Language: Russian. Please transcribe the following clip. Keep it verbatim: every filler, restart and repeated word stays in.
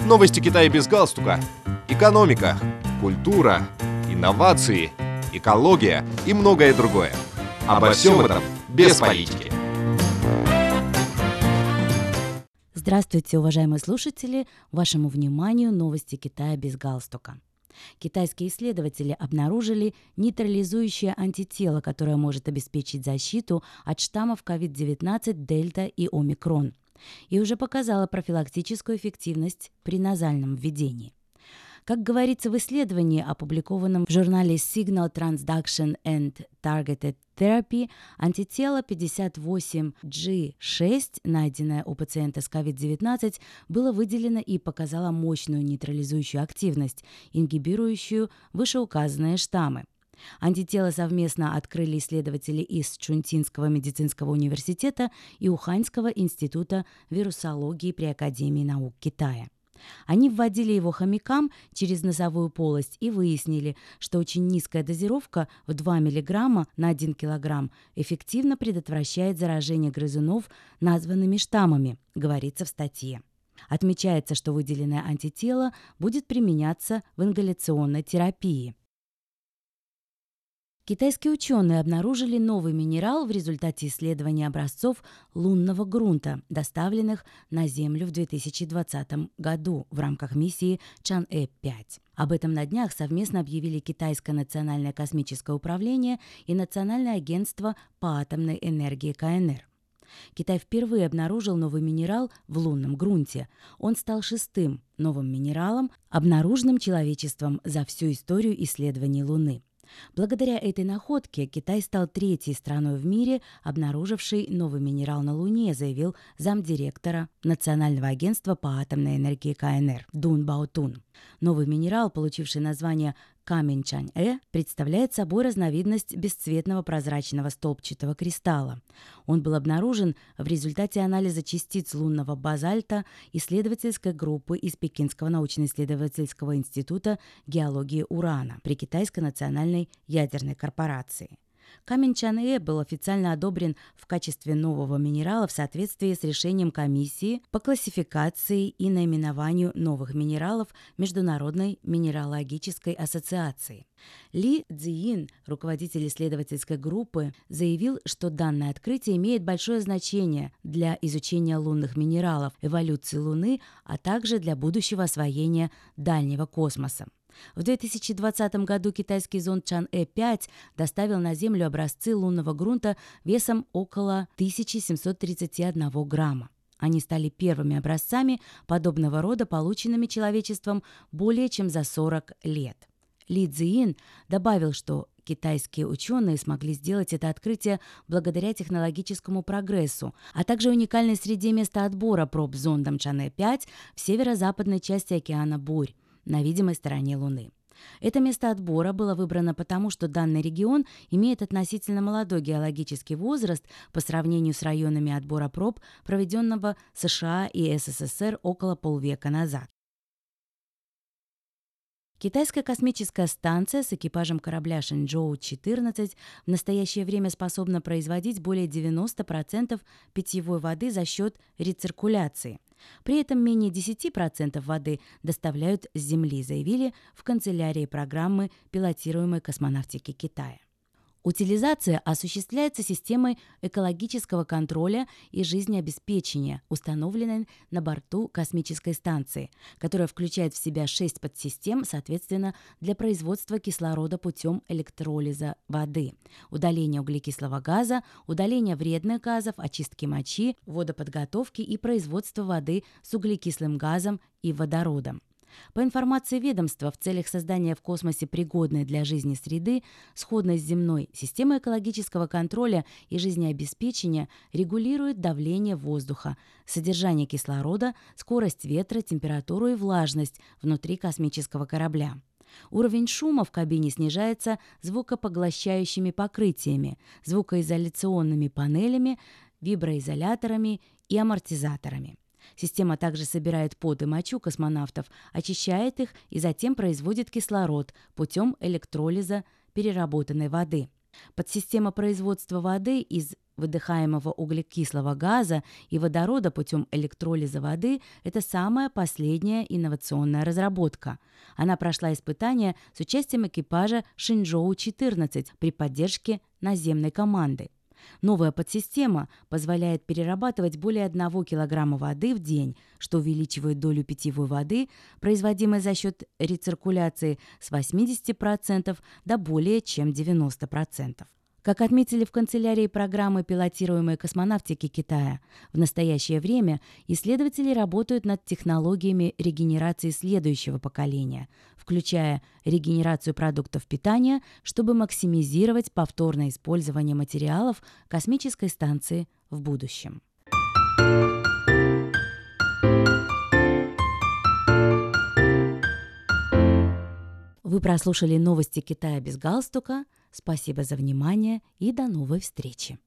Новости Китая без галстука. Экономика, культура, инновации, экология и многое другое. Обо всем этом без политики. Здравствуйте, уважаемые слушатели! Вашему вниманию новости Китая без галстука. Китайские исследователи обнаружили нейтрализующее антитело, которое может обеспечить защиту от штаммов ковид девятнадцать, дельта и омикрон, и уже показало профилактическую эффективность при назальном введении. Как говорится в исследовании, опубликованном в журнале Signal Transduction and Targeted Therapy, антитело пятьдесят восемь джи шесть, найденное у пациента с ковид девятнадцать, было выделено и показало мощную нейтрализующую активность, ингибирующую вышеуказанные штаммы. Антитело совместно открыли исследователи из Чунтинского медицинского университета и Уханьского института вирусологии при Академии наук Китая. Они вводили его хомякам через носовую полость и выяснили, что очень низкая дозировка в два миллиграмма на один килограмм эффективно предотвращает заражение грызунов названными штаммами, говорится в статье. Отмечается, что выделенное антитело будет применяться в ингаляционной терапии. Китайские ученые обнаружили новый минерал в результате исследования образцов лунного грунта, доставленных на Землю в две тысячи двадцатом году в рамках миссии Чан-Э пять. Об этом на днях совместно объявили Китайское национальное космическое управление и Национальное агентство по атомной энергии ка эн эр. Китай впервые обнаружил новый минерал в лунном грунте. Он стал шестым новым минералом, обнаруженным человечеством за всю историю исследований Луны. Благодаря этой находке Китай стал третьей страной в мире, обнаружившей новый минерал на Луне, заявил замдиректора Национального агентства по атомной энергии ка эн эр Дун Баотун. Новый минерал, получивший название камень Чань-Э, представляет собой разновидность бесцветного прозрачного столбчатого кристалла. Он был обнаружен в результате анализа частиц лунного базальта исследовательской группы из Пекинского научно-исследовательского института геологии урана при Китайской национальной ядерной корпорации. Камень Чан-Э был официально одобрен в качестве нового минерала в соответствии с решением комиссии по классификации и наименованию новых минералов Международной минералогической ассоциации. Ли Цзиин, руководитель исследовательской группы, заявил, что данное открытие имеет большое значение для изучения лунных минералов, эволюции Луны, а также для будущего освоения дальнего космоса. В две тысячи двадцатом году китайский зонд Чан-Э пять доставил на Землю образцы лунного грунта весом около тысяча семьсот тридцать один грамма. Они стали первыми образцами подобного рода, полученными человечеством более чем за сорок лет. Ли Цзиин добавил, что китайские ученые смогли сделать это открытие благодаря технологическому прогрессу, а также уникальной среде места отбора проб зондом Чан-Э пять в северо-западной части океана Бурь, на видимой стороне Луны. Это место отбора было выбрано потому, что данный регион имеет относительно молодой геологический возраст по сравнению с районами отбора проб, проведенного США и эс эс эс эр около полвека назад. Китайская космическая станция с экипажем корабля Шэньчжоу четырнадцать в настоящее время способна производить более девяноста процентов питьевой воды за счет рециркуляции. При этом менее десяти процентов воды доставляют с Земли, заявили в канцелярии программы пилотируемой космонавтики Китая. Утилизация осуществляется системой экологического контроля и жизнеобеспечения, установленной на борту космической станции, которая включает в себя шесть подсистем, соответственно, для производства кислорода путем электролиза воды, удаления углекислого газа, удаления вредных газов, очистки мочи, водоподготовки и производства воды с углекислым газом и водородом. По информации ведомства, в целях создания в космосе пригодной для жизни среды, сходной с земной, система экологического контроля и жизнеобеспечения регулирует давление воздуха, содержание кислорода, скорость ветра, температуру и влажность внутри космического корабля. Уровень шума в кабине снижается звукопоглощающими покрытиями, звукоизоляционными панелями, виброизоляторами и амортизаторами. Система также собирает пот и мочу космонавтов, очищает их и затем производит кислород путем электролиза переработанной воды. Подсистема производства воды из выдыхаемого углекислого газа и водорода путем электролиза воды – это самая последняя инновационная разработка. Она прошла испытания с участием экипажа Шинчжоу четырнадцать при поддержке наземной команды. Новая подсистема позволяет перерабатывать более одного килограмма воды в день, что увеличивает долю питьевой воды, производимой за счет рециркуляции, с восьмидесяти процентов до более чем девяноста процентов. Как отметили в канцелярии программы пилотируемой космонавтики Китая, в настоящее время исследователи работают над технологиями регенерации следующего поколения, включая регенерацию продуктов питания, чтобы максимизировать повторное использование материалов космической станции в будущем. Вы прослушали новости Китая без галстука. Спасибо за внимание и до новой встречи.